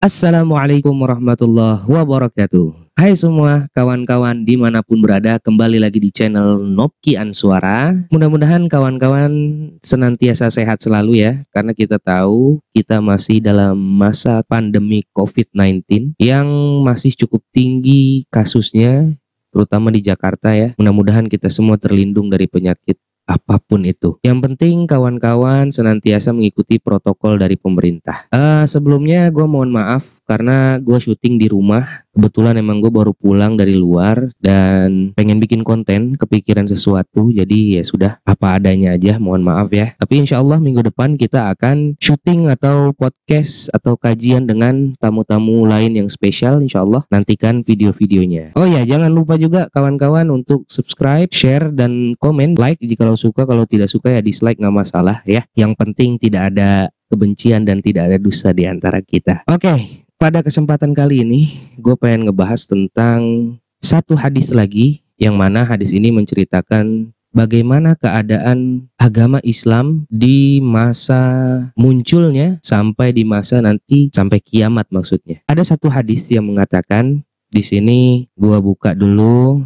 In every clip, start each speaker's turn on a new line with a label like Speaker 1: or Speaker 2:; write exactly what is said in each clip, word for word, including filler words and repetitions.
Speaker 1: Assalamualaikum warahmatullahi wabarakatuh. Hai semua kawan-kawan dimanapun berada, kembali lagi di channel Nopki Answara. Mudah-mudahan kawan-kawan senantiasa sehat selalu ya, karena kita tahu kita masih dalam masa pandemi covid sembilan belas yang masih cukup tinggi kasusnya, terutama di Jakarta ya. Mudah-mudahan kita semua terlindung dari penyakit apapun itu. Yang penting kawan-kawan senantiasa mengikuti protokol dari pemerintah. Uh, sebelumnya gue mohon maaf karena gue syuting di rumah. Kebetulan emang gue baru pulang dari luar dan pengen bikin konten, kepikiran sesuatu. Jadi ya sudah, apa adanya aja, mohon maaf ya. Tapi insya Allah minggu depan kita akan syuting atau podcast atau kajian dengan tamu-tamu lain yang spesial. Insya Allah nantikan video-videonya. Oh ya, jangan lupa juga kawan-kawan untuk subscribe, share, dan komen, like jika lo suka. Kalau tidak suka ya dislike, nggak masalah ya. Yang penting tidak ada kebencian dan tidak ada dusta di antara kita. Oke, okay, pada kesempatan kali ini gue pengen ngebahas tentang satu hadis lagi, yang mana hadis ini menceritakan bagaimana keadaan agama Islam di masa munculnya sampai di masa nanti sampai kiamat maksudnya. Ada satu hadis yang mengatakan, di sini gue buka dulu.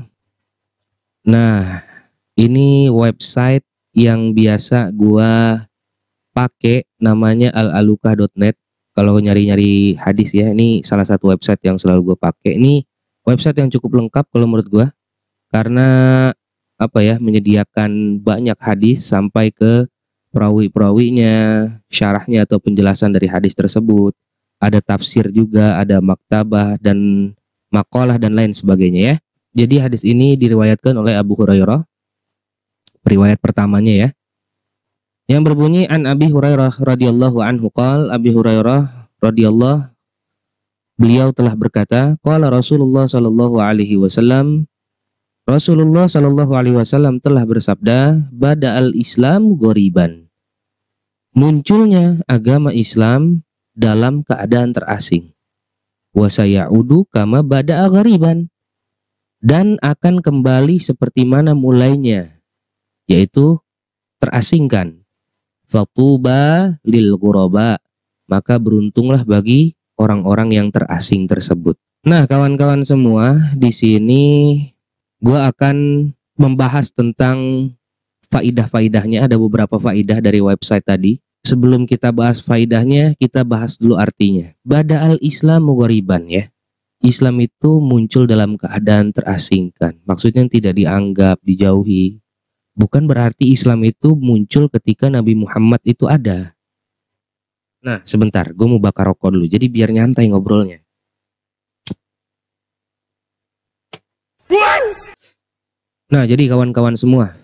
Speaker 1: Nah, ini website yang biasa gua pakai, namanya al alukah dot net. Kalau nyari-nyari hadis ya, ini salah satu website yang selalu gua pakai. Ini website yang cukup lengkap kalau menurut gua, karena apa ya, menyediakan banyak hadis sampai ke perawi-perawinya, syarahnya atau penjelasan dari hadis tersebut. Ada tafsir juga, ada maktabah dan makalah dan lain sebagainya ya. Jadi hadis ini diriwayatkan oleh Abu Hurairah. Riwayat pertamanya ya, yang berbunyi an Abi Hurairah radhiyallahu anhu qala, Abi Hurairah radhiyallahu, beliau telah berkata, qala Rasulullah sallallahu alaihi wasallam, Rasulullah sallallahu alaihi wasallam telah bersabda, bada'al Islam ghoriban, munculnya agama Islam dalam keadaan terasing, wa sayaudu kama bada'a ghariban, dan akan kembali seperti mana mulainya, yaitu terasingkan. Fatuba lil ghuraba, maka beruntunglah bagi orang-orang yang terasing tersebut. Nah, kawan-kawan semua, di sini gua akan membahas tentang faidah-faidahnya. Ada beberapa faidah dari website tadi. Sebelum kita bahas faidahnya, kita bahas dulu artinya. Bada'al Islamu ghoriban ya. Islam itu muncul dalam keadaan terasingkan. Maksudnya tidak dianggap, dijauhi. Bukan berarti Islam itu muncul ketika Nabi Muhammad itu ada. Nah, sebentar, gue mau bakar rokok dulu. Jadi biar nyantai ngobrolnya. Nah, jadi kawan-kawan semua,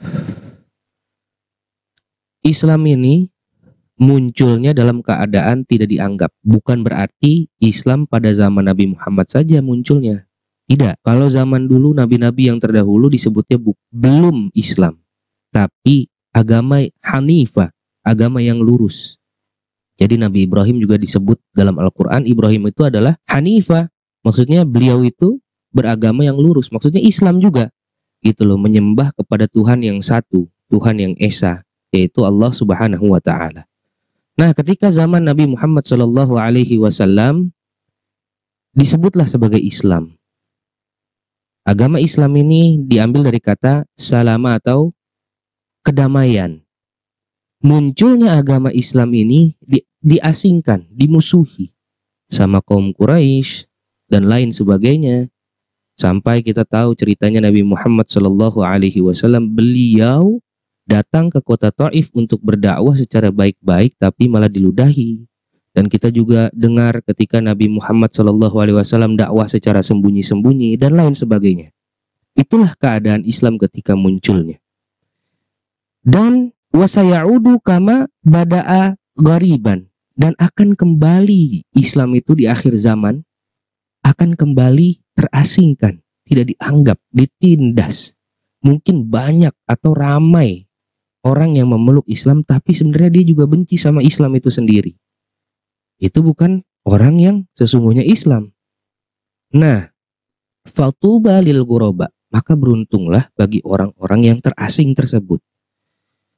Speaker 1: Islam ini munculnya dalam keadaan tidak dianggap. Bukan berarti Islam pada zaman Nabi Muhammad saja munculnya. Tidak. Kalau zaman dulu nabi-nabi yang terdahulu disebutnya belum Islam, tapi agama Hanifah, agama yang lurus. Jadi Nabi Ibrahim juga disebut dalam Al-Quran, Ibrahim itu adalah Hanifah. Maksudnya beliau itu beragama yang lurus. Maksudnya Islam juga. Gitu loh, menyembah kepada Tuhan yang satu, Tuhan yang Esa, yaitu Allah Subhanahu wa Ta'ala. Nah, ketika zaman Nabi Muhammad Shallallahu Alaihi Wasallam disebutlah sebagai Islam. Agama Islam ini diambil dari kata salama atau kedamaian. Munculnya agama Islam ini di, diasingkan, dimusuhi sama kaum Quraisy dan lain sebagainya. Sampai kita tahu ceritanya Nabi Muhammad Shallallahu Alaihi Wasallam, beliau datang ke kota Taif untuk berdakwah secara baik-baik, tapi malah diludahi. Dan kita juga dengar ketika Nabi Muhammad Shallallahu Alaihi Wasallam dakwah secara sembunyi-sembunyi dan lain sebagainya. Itulah keadaan Islam ketika munculnya. Dan wasayaudu kama bada'a ghariban, dan akan kembali Islam itu di akhir zaman akan kembali terasingkan, tidak dianggap, ditindas. Mungkin banyak atau ramai orang yang memeluk Islam, tapi sebenarnya dia juga benci sama Islam itu sendiri. Itu bukan orang yang sesungguhnya Islam. Nah, fatuba lil ghuraba, maka beruntunglah bagi orang-orang yang terasing tersebut.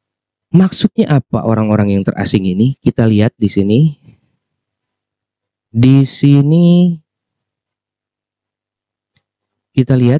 Speaker 1: Maksudnya apa orang-orang yang terasing ini? Kita lihat di sini. Di sini kita lihat,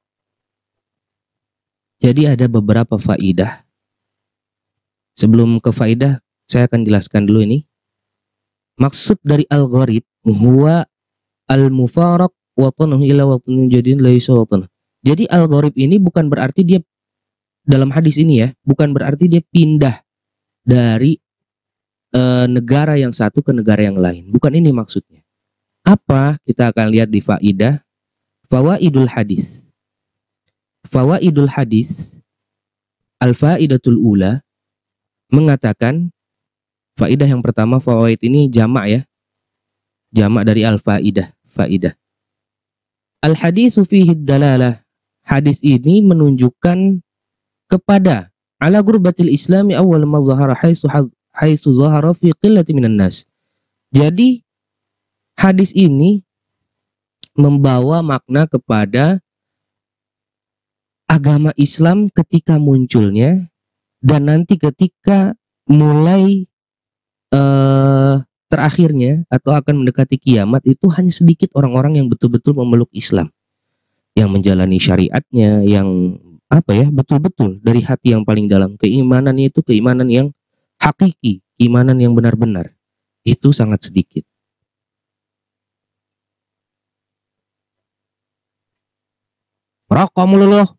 Speaker 1: jadi ada beberapa faidah. Sebelum ke faidah, saya akan jelaskan dulu ini. Maksud dari al-gharib huwa al-mufaraq watanuhu ila watanin jadidin laisa watanuh. Jadi al-gharib ini bukan berarti dia, dalam hadis ini ya, bukan berarti dia pindah dari e, negara yang satu ke negara yang lain. Bukan ini maksudnya. Apa? Kita akan lihat di faidah. Fawaidul hadis. Fawaidul hadis, al-faidatul ula, mengatakan, faidah yang pertama, fawaid ini jamak ya. Jamak dari al-faidah, faidah. Al-hadisu fihi dalalah. Hadis ini menunjukkan kepada ala gurbatil islami awal ma zahara haitsu haitsu zahara fi qillati minan nas. Jadi hadis ini membawa makna kepada agama Islam ketika munculnya dan nanti ketika mulai uh, terakhirnya atau akan mendekati kiamat itu hanya sedikit orang-orang yang betul-betul memeluk Islam, yang menjalani syariatnya, yang apa ya, betul-betul dari hati yang paling dalam. Keimanannya itu keimanan yang hakiki, keimanan yang benar-benar. Itu sangat sedikit. Rokok mulu loh.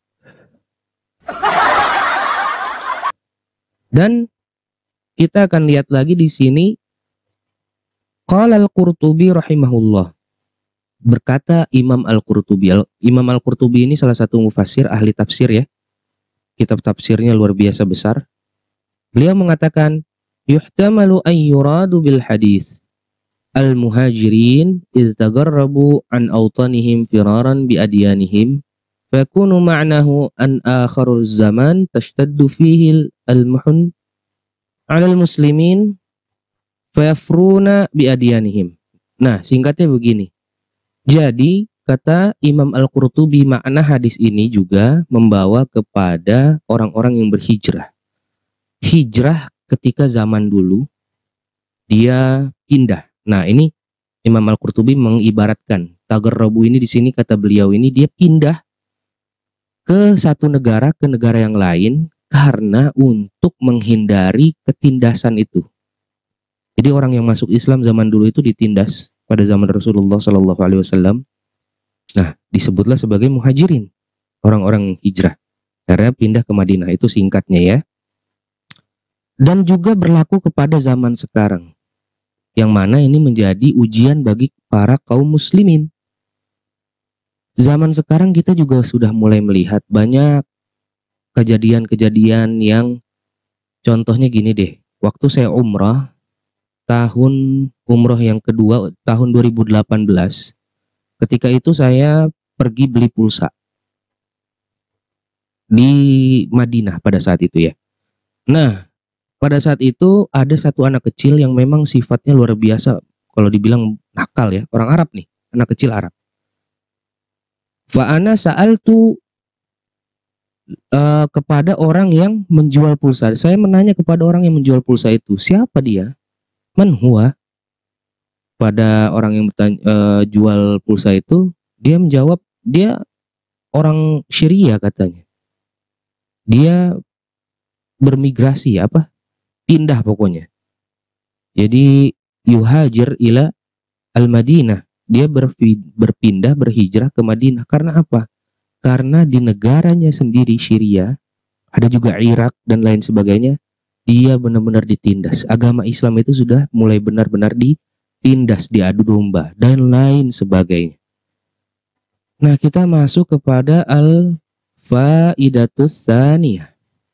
Speaker 1: Dan kita akan lihat lagi di sini, qala al-Qurtubi rahimahullah. Berkata Imam Al-Qurtubi. Imam Al-Qurtubi ini salah satu mufassir, ahli tafsir ya. Kitab tafsirnya luar biasa besar. Beliau mengatakan, yuhtamalu an yuradu bil hadis al-muhajirin iz tagarrabu an awtanihim firaran bi adyanihim fakunu ma'nahu an akharul zaman tashtaddu fihi al-muhun 'ala al-muslimin fayafruna bi adyanihim. Nah, singkatnya begini. Jadi kata Imam Al-Qurtubi, makna hadis ini juga membawa kepada orang-orang yang berhijrah. Hijrah ketika zaman dulu dia pindah. Nah, ini Imam Al-Qurtubi mengibaratkan tagarrabu ini di sini, kata beliau ini, dia pindah ke satu negara ke negara yang lain karena untuk menghindari ketindasan itu. Jadi orang yang masuk Islam zaman dulu itu ditindas pada zaman Rasulullah Shallallahu Alaihi Wasallam. Nah, disebutlah sebagai muhajirin, orang-orang hijrah, karena pindah ke Madinah. Itu singkatnya ya. Dan juga berlaku kepada zaman sekarang, yang mana ini menjadi ujian bagi para kaum muslimin. Zaman sekarang kita juga sudah mulai melihat banyak kejadian-kejadian yang, contohnya gini deh, waktu saya umrah, tahun umroh yang kedua tahun dua ribu delapan belas, ketika itu saya pergi beli pulsa di Madinah pada saat itu ya. Nah, pada saat itu ada satu anak kecil yang memang sifatnya luar biasa, kalau dibilang nakal ya, orang Arab nih, anak kecil Arab. Fa'ana sa'altu uh, kepada orang yang menjual pulsa. Saya menanya kepada orang yang menjual pulsa itu, siapa dia? Man huwa? Pada orang yang bertanya, uh, jual pulsa itu, dia menjawab, dia orang Syria katanya. Dia bermigrasi apa? Pindah pokoknya. Jadi yuhajir ila al-Madinah. Dia berpindah, berhijrah ke Madinah. Karena apa? Karena di negaranya sendiri, Syria, ada juga Irak dan lain sebagainya, dia benar-benar ditindas. Agama Islam itu sudah mulai benar-benar ditindas, diadu domba, dan lain sebagainya. Nah, kita masuk kepada al-faidatus tsaniyah.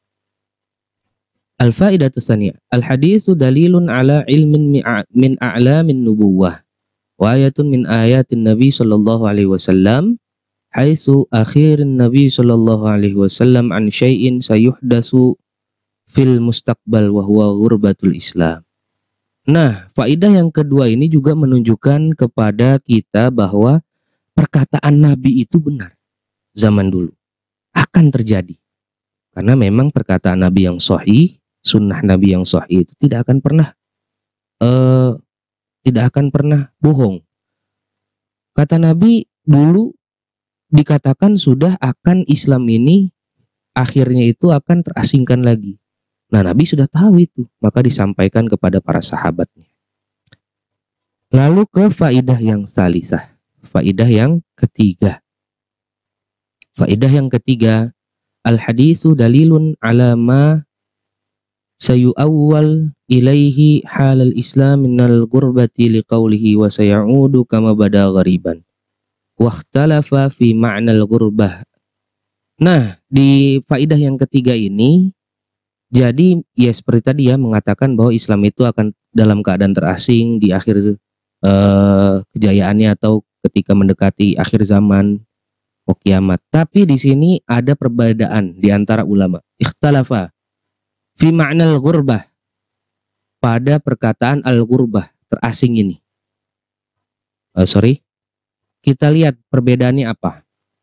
Speaker 1: Al-faidatus tsaniyah. Al-hadisu dalilun ala ilmin min a'lamin nubuwah. Wa ayatun min ayatin Nabi sallallahu alaihi wasallam. Haitsu akhirin Nabi sallallahu alaihi wasallam an syai'in sayuhdatsu fil mustaqbal wa huwa ghurbatul Islam. Nah, faidah yang kedua ini juga menunjukkan kepada kita bahwa perkataan Nabi itu benar zaman dulu, akan terjadi. Karena memang perkataan Nabi yang sahih, sunnah Nabi yang sahih itu tidak akan pernah uh, tidak akan pernah bohong. Kata Nabi dulu dikatakan sudah akan Islam ini akhirnya itu akan terasingkan lagi. Nah, Nabi sudah tahu itu, maka disampaikan kepada para sahabatnya. Lalu ke faidah yang salisah, faidah yang ketiga. Faidah yang ketiga, al-haditsu dalilun ala ma sayu'awwal ilaihi halal islam minal gurbati liqaulihi wa sayaudu kama bada ghariban wa ikhtalafa fi ma'nal gurbah. Nah, di faidah yang ketiga ini, jadi ya seperti tadi ya, mengatakan bahwa Islam itu akan dalam keadaan terasing di akhir eh, kejayaannya atau ketika mendekati akhir zaman, mau kiamat. Tapi di sini ada perbedaan di antara ulama. Ikhtalafa fi ma'nal gurbah, pada perkataan al-gurbah, terasing ini. Uh, sorry, kita lihat perbedaannya apa.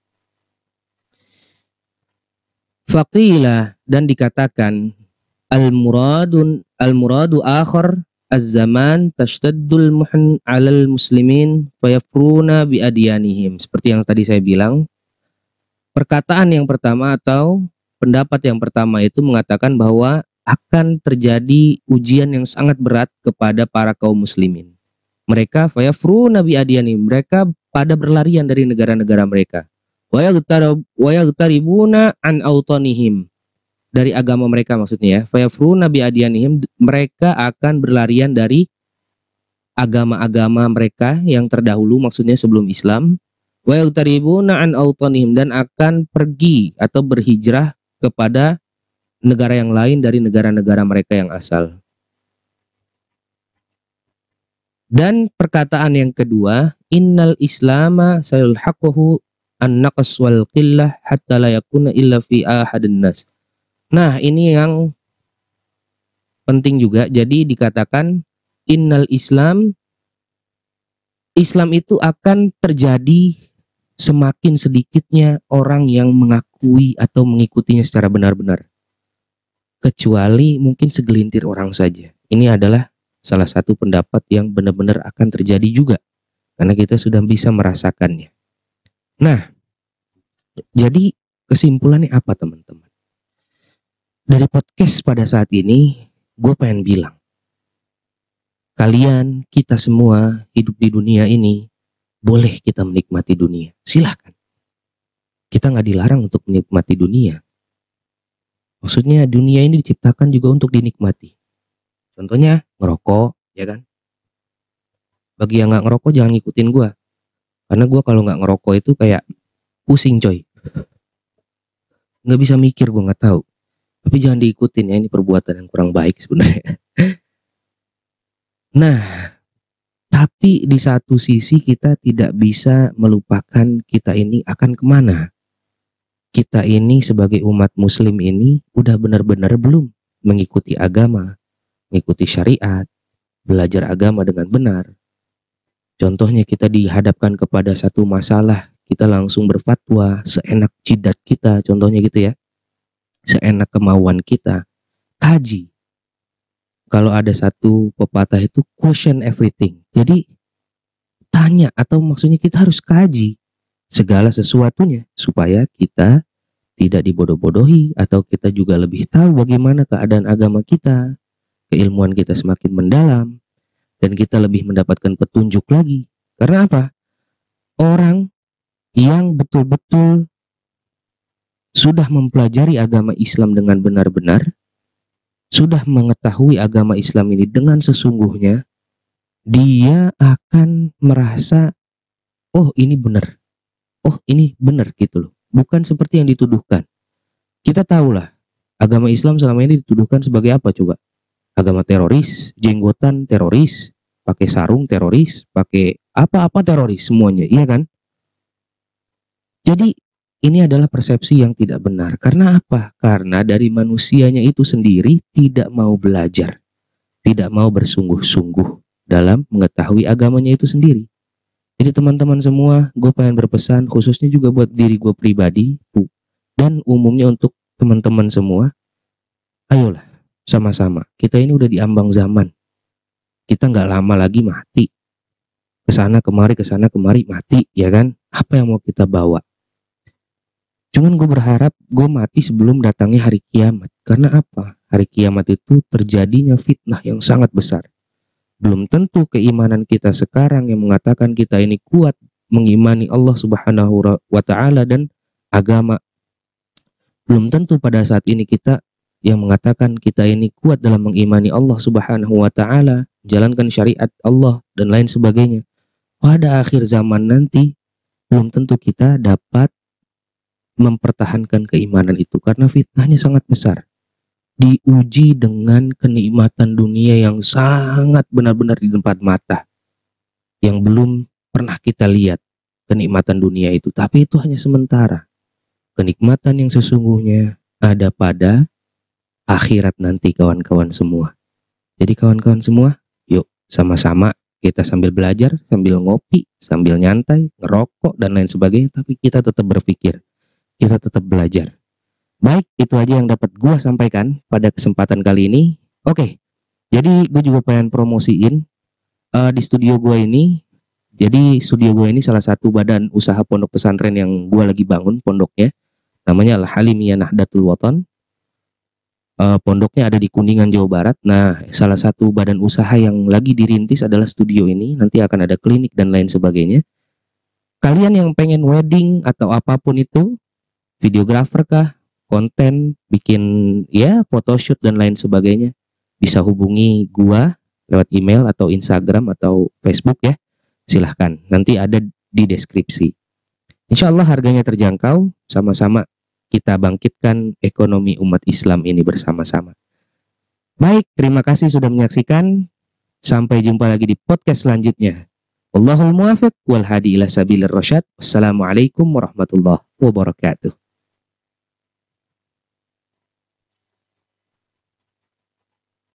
Speaker 1: Faqila, dan dikatakan al-muradun al-muradu akhar az-zaman tashtaddul muhn 'alal muslimin fayafruna bi adyanihim. Seperti yang tadi saya bilang, perkataan yang pertama atau pendapat yang pertama itu mengatakan bahwa akan terjadi ujian yang sangat berat kepada para kaum muslimin. Mereka fayafruna bi adyanihim, mereka pada berlarian dari negara-negara mereka. Wa yaghtaribuna an autanihim, dari agama mereka maksudnya ya. Fayafruna bi adyanihim, mereka akan berlarian dari agama-agama mereka yang terdahulu, maksudnya sebelum Islam. Wa yaghtaribuna an autanihim, dan akan pergi atau berhijrah kepada negara yang lain dari negara-negara mereka yang asal. Dan perkataan yang kedua, innal islama sayulhaquhu an-naqs wal qillah hatta la yakuna illa fi ahadin nas. Nah, ini yang penting juga. Jadi dikatakan innal Islam, Islam itu akan terjadi semakin sedikitnya orang yang mengakui atau mengikutinya secara benar-benar, kecuali mungkin segelintir orang saja. Ini adalah salah satu pendapat yang benar-benar akan terjadi juga, karena kita sudah bisa merasakannya. Nah, jadi kesimpulannya apa teman-teman? Dari podcast pada saat ini, gue pengen bilang, kalian, kita semua hidup di dunia ini, boleh kita menikmati dunia, silahkan. Kita nggak dilarang untuk menikmati dunia. Maksudnya dunia ini diciptakan juga untuk dinikmati. Contohnya ngerokok, ya kan? Bagi yang nggak ngerokok jangan ngikutin gue, karena gue kalau nggak ngerokok itu kayak pusing coy, nggak bisa mikir, gue nggak tahu. Tapi jangan diikutin ya, ini perbuatan yang kurang baik sebenarnya. Nah, tapi di satu sisi kita tidak bisa melupakan kita ini akan kemana. Kita ini sebagai umat muslim ini udah benar-benar belum mengikuti agama, mengikuti syariat, belajar agama dengan benar. Contohnya kita dihadapkan kepada satu masalah, kita langsung berfatwa seenak jidat kita, contohnya gitu ya, seenak kemauan kita. Kaji. Kalau ada satu pepatah itu question everything. Jadi tanya, atau maksudnya kita harus kaji segala sesuatunya supaya kita tidak dibodoh-bodohi, atau kita juga lebih tahu bagaimana keadaan agama kita, keilmuan kita semakin mendalam, dan kita lebih mendapatkan petunjuk lagi. Karena apa? Orang yang betul-betul sudah mempelajari agama Islam dengan benar-benar, sudah mengetahui agama Islam ini dengan sesungguhnya, dia akan merasa, oh ini benar, oh ini benar gitu loh. Bukan seperti yang dituduhkan. Kita tahulah agama Islam selama ini dituduhkan sebagai apa coba? Agama teroris, jenggotan teroris, pakai sarung teroris, pakai apa-apa teroris semuanya, iya kan? Jadi ini adalah persepsi yang tidak benar. Karena apa? Karena dari manusianya itu sendiri tidak mau belajar, tidak mau bersungguh-sungguh dalam mengetahui agamanya itu sendiri. Jadi teman-teman semua, gue pengen berpesan khususnya juga buat diri gue pribadi dan umumnya untuk teman-teman semua. Ayolah, sama-sama. Kita ini udah diambang zaman. kita nggak lama lagi mati. Kesana kemari, kesana kemari, mati, ya kan? Apa yang mau kita bawa? Cuman gue berharap gue mati sebelum datangnya hari kiamat. Karena apa? Hari kiamat itu terjadinya fitnah yang sangat besar. Belum tentu keimanan kita sekarang yang mengatakan kita ini kuat mengimani Allah Subhanahu wa Ta'ala dan agama. Belum tentu pada saat ini kita yang mengatakan kita ini kuat dalam mengimani Allah Subhanahu wa Ta'ala, jalankan syariat Allah dan lain sebagainya. Pada akhir zaman nanti belum tentu kita dapat mempertahankan keimanan itu karena fitnahnya sangat besar. Diuji dengan kenikmatan dunia yang sangat benar-benar di depan mata, yang belum pernah kita lihat kenikmatan dunia itu, tapi itu hanya sementara. Kenikmatan yang sesungguhnya ada pada akhirat nanti, kawan-kawan semua. Jadi kawan-kawan semua, yuk sama-sama kita sambil belajar, sambil ngopi, sambil nyantai, ngerokok dan lain sebagainya, tapi kita tetap berpikir, kita tetap belajar. Baik, itu aja yang dapat gue sampaikan pada kesempatan kali ini. Oke, jadi gue juga pengen promosiin uh, di studio gue ini. Jadi studio gue ini salah satu badan usaha pondok pesantren yang gue lagi bangun pondoknya. Namanya Al-Halimiyah Nahdlatul Wathon. Uh, pondoknya ada di Kuningan, Jawa Barat. Nah, salah satu badan usaha yang lagi dirintis adalah studio ini. Nanti akan ada klinik dan lain sebagainya. Kalian yang pengen wedding atau apapun itu, videografer kah, konten, bikin ya photoshoot dan lain sebagainya, bisa hubungi gua lewat email atau Instagram atau Facebook ya. Silahkan, nanti ada di deskripsi. Insya Allah harganya terjangkau, sama-sama kita bangkitkan ekonomi umat Islam ini bersama-sama. Baik, terima kasih sudah menyaksikan. Sampai jumpa lagi di podcast selanjutnya. Wallahul muwaffiq wal hadi ila sabilir rasyad. Wassalamualaikum warahmatullahi wabarakatuh.